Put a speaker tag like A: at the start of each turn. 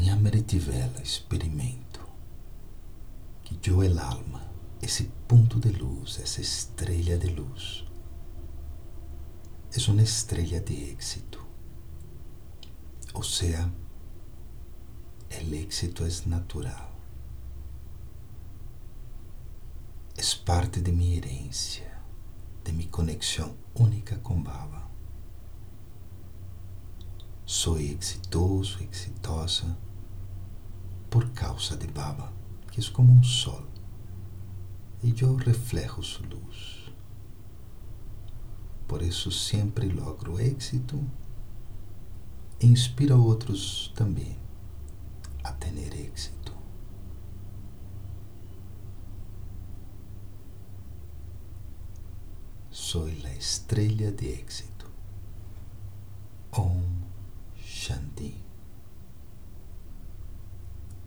A: mi Amriti Vela experimento que yo, el alma, ese punto de luz, esa estrella de luz, es una estrella de éxito. O sea, el éxito es natural. Es parte de mi herencia, de mi conexión única con Baba. Soy exitoso, exitosa por causa de Baba, que es como un sol, y yo reflejo su luz. Por eso siempre logro éxito e inspiro a otros también a tener éxito. Soy la estrella de éxito.